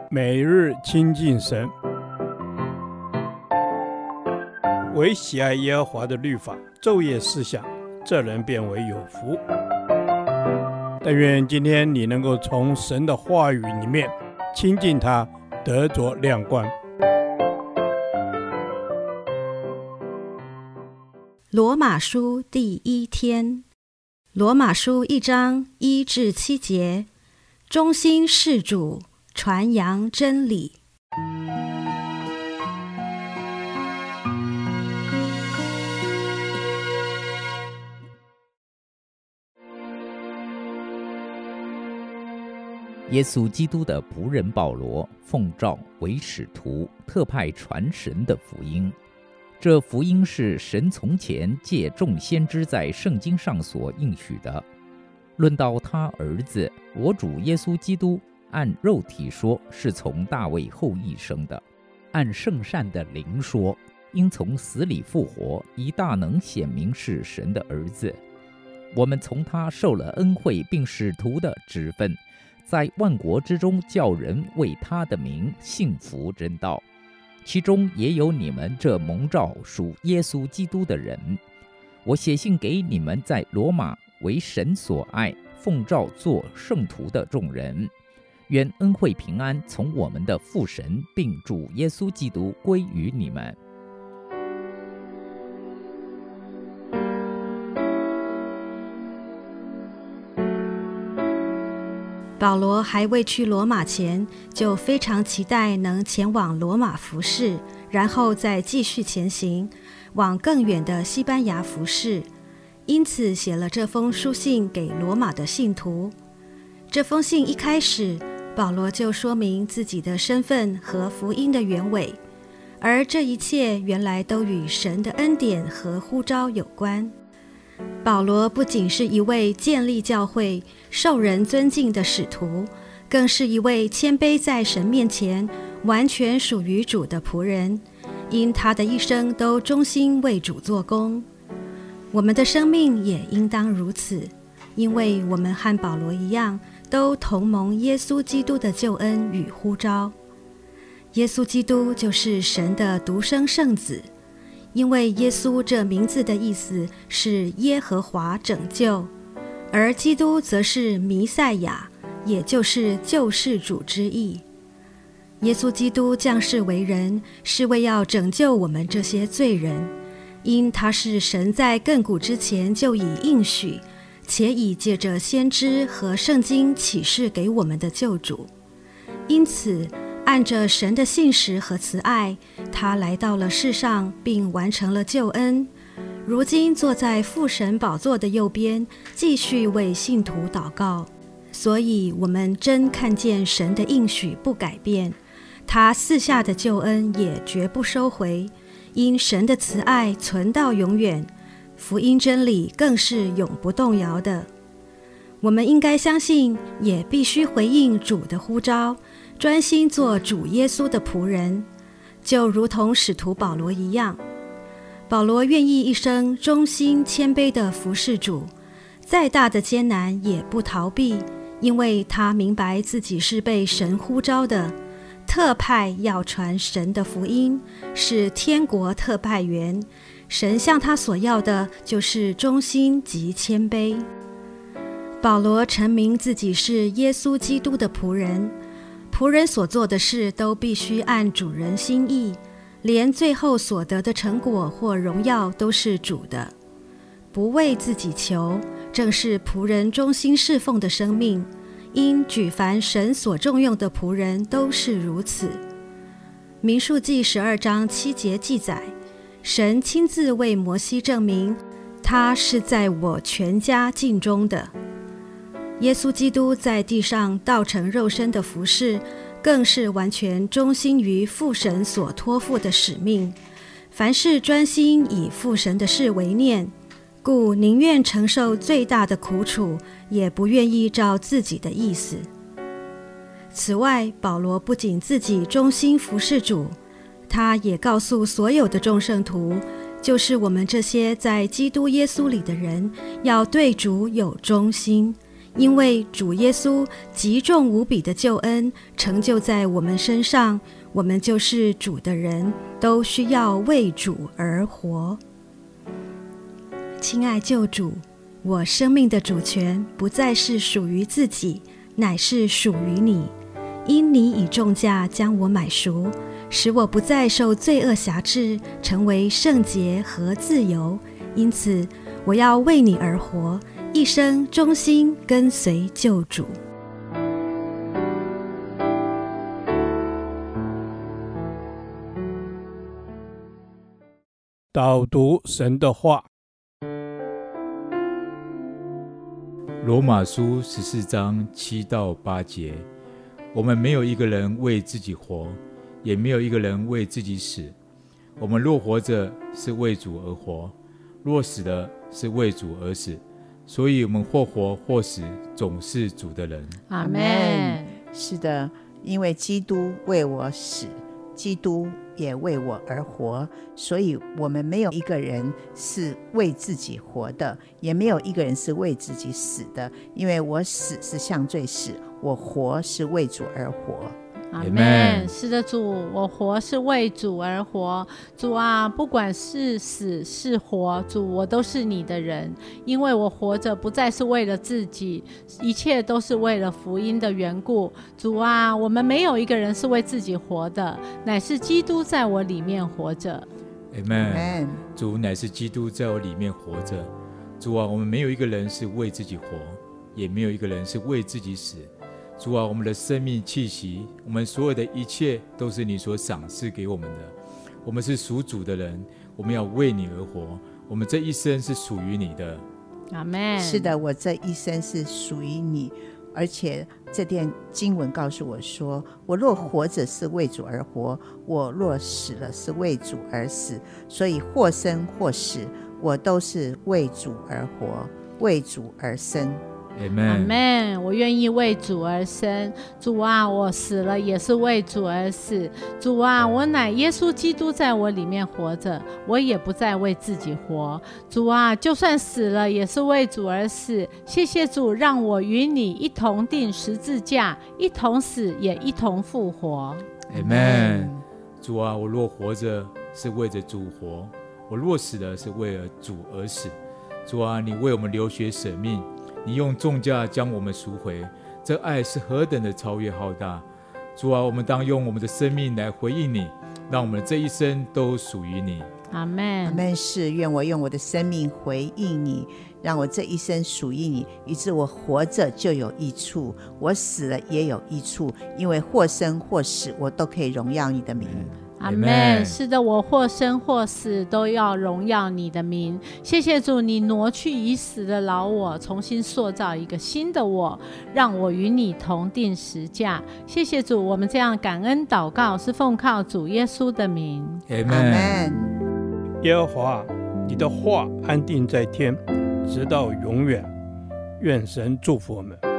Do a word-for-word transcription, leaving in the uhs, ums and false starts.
每日亲近神，唯喜爱耶和华的律法，昼夜思想，这人变为有福。但愿今天你能够从神的话语里面亲近他，得着亮光。 罗马书第一天，罗马书一章一至七节，忠心事主，传扬真理。 耶稣基督的仆人保罗奉召为使徒，特派传神的福音。这福音是神从前借众先知在圣经上所应许的。论到他儿子，我主耶稣基督，按肉体说是从大卫后裔生的，按圣善的灵说，因从死里复活，以大能显明是神的儿子。我们从他受了恩惠，并使徒的职分，在万国之中叫人为他的名信服真道，其中也有你们这蒙召属耶稣基督的人。我写信给你们在罗马为神所爱，奉召做圣徒的众人，愿恩惠平安从我们的父神并主耶稣基督归于你们。 保罗还未去罗马前，就非常期待能前往罗马服侍，然后再继续前行，往更远的西班牙服侍，因此写了这封书信给罗马的信徒。这封信一开始，保罗就说明自己的身份和福音的原委，而这一切原来都与神的恩典和呼召有关。保罗不仅是一位建立教会、受人尊敬的使徒，更是一位谦卑在神面前、完全属于主的仆人，因他的一生都忠心为主做工。我们的生命也应当如此，因为我们和保罗一样，都同蒙耶稣基督的救恩与呼召。耶稣基督就是神的独生圣子，因为耶稣这名字的意思是耶和华拯救，而基督则是弥赛亚，也就是救世主之意。耶稣基督降世为人，是为要拯救我们这些罪人，因他是神在亘古之前就已应许，且已借着先知和圣经启示给我们的救主。因此按着神的信实和慈爱，他来到了世上，并完成了救恩。如今坐在父神宝座的右边，继续为信徒祷告。所以我们真看见神的应许不改变，他赐下的救恩也绝不收回，因神的慈爱存到永远，福音真理更是永不动摇的。我们应该相信，也必须回应主的呼召，专心做主耶稣的仆人，就如同使徒保罗一样。保罗愿意一生忠心谦卑地服侍主，再大的艰难也不逃避，因为他明白自己是被神呼召的，特派要传神的福音，是天国特派员。神向他所要的就是忠心及谦卑。保罗陈明自己是耶稣基督的仆人，仆人所做的事都必须按主人心意，连最后所得的成果或荣耀都是主的，不为自己求，正是仆人忠心侍奉的生命。因举凡神所重用的仆人都是如此。民数记十二章七节记载，神亲自为摩西证明，他是在我全家尽忠的。耶稣基督在地上道成肉身的服事，更是完全忠心于父神所托付的使命，凡事专心以父神的事为念，故宁愿承受最大的苦楚，也不愿意照自己的意思。此外，保罗不仅自己忠心服侍主，他也告诉所有的众圣徒，就是我们这些在基督耶稣里的人，要对主有忠心， 因为主耶稣极重无比的救恩成就在我们身上，我们就是主的人，都需要为主而活。亲爱救主，我生命的主权不再是属于自己，乃是属于你。因你以重价将我买赎，使我不再受罪恶辖制，成为圣洁和自由。因此我要为你而活，一生忠心跟随救主。 导读神的话。 罗马书十四章七到八节，我们没有一个人为自己活，也没有一个人为自己死。我们若活着，是为主而活；若死了，是为主而死。所以我们或活或死，总是主的人。 阿们。是的，因为基督为我死，基督也为我而活，所以我们没有一个人是为自己活的，也没有一个人是为自己死的。因为我死是向罪死，我活是为主而活。 阿们。是的，主，我活是为主而活。主啊，不管是死是活，主，我都是你的人，因为我活着不再是为了自己，一切都是为了福音的缘故。主啊，我们没有一个人是为自己活的，乃是基督在我里面活着。 Amen。 主乃是基督在我里面活着。主啊，我们没有一个人是为自己活，也没有一个人是为自己死。主啊，我们的生命气息，我们所有的一切都是你所赏赐给我们的。我们是属主的人，我们要为你而活，我们这一生是属于你的。 阿们。 是的，我这一生是属于你，而且这段经文告诉我说，我若活着是为主而活，我若死了是为主而死。所以或生或死，我都是为主而活，为主而生。 阿们。我愿意为主而生。主啊，我死了也是为主而死。主啊，我乃耶稣基督在我里面活着，我也不再为自己活。主啊，就算死了也是为主而死。谢谢主，让我与你一同钉十字架，一同死也一同复活。 Amen。 主啊，我若活着是为着主活，我若死了是为了主而死。主啊，你为我们流血舍命，你用重价将我们赎回，这爱是何等的超越浩大。主啊，我们当用我们的生命来回应你，让我们这一生都属于你。 阿们。 阿们。是愿我用我的生命回应你，让我这一生属于你，以致我活着就有益处，我死了也有益处，因为或生或死，我都可以荣耀你的名。 阿们。是的，我或生或死都要荣耀你的名。谢谢主，你挪去已死的老我，重新塑造一个新的我，让我与你同定十架。谢谢主，我们这样感恩祷告是奉靠主耶稣的名。 阿们。 耶和华，你的话安定在天，直到永远。愿神祝福我们。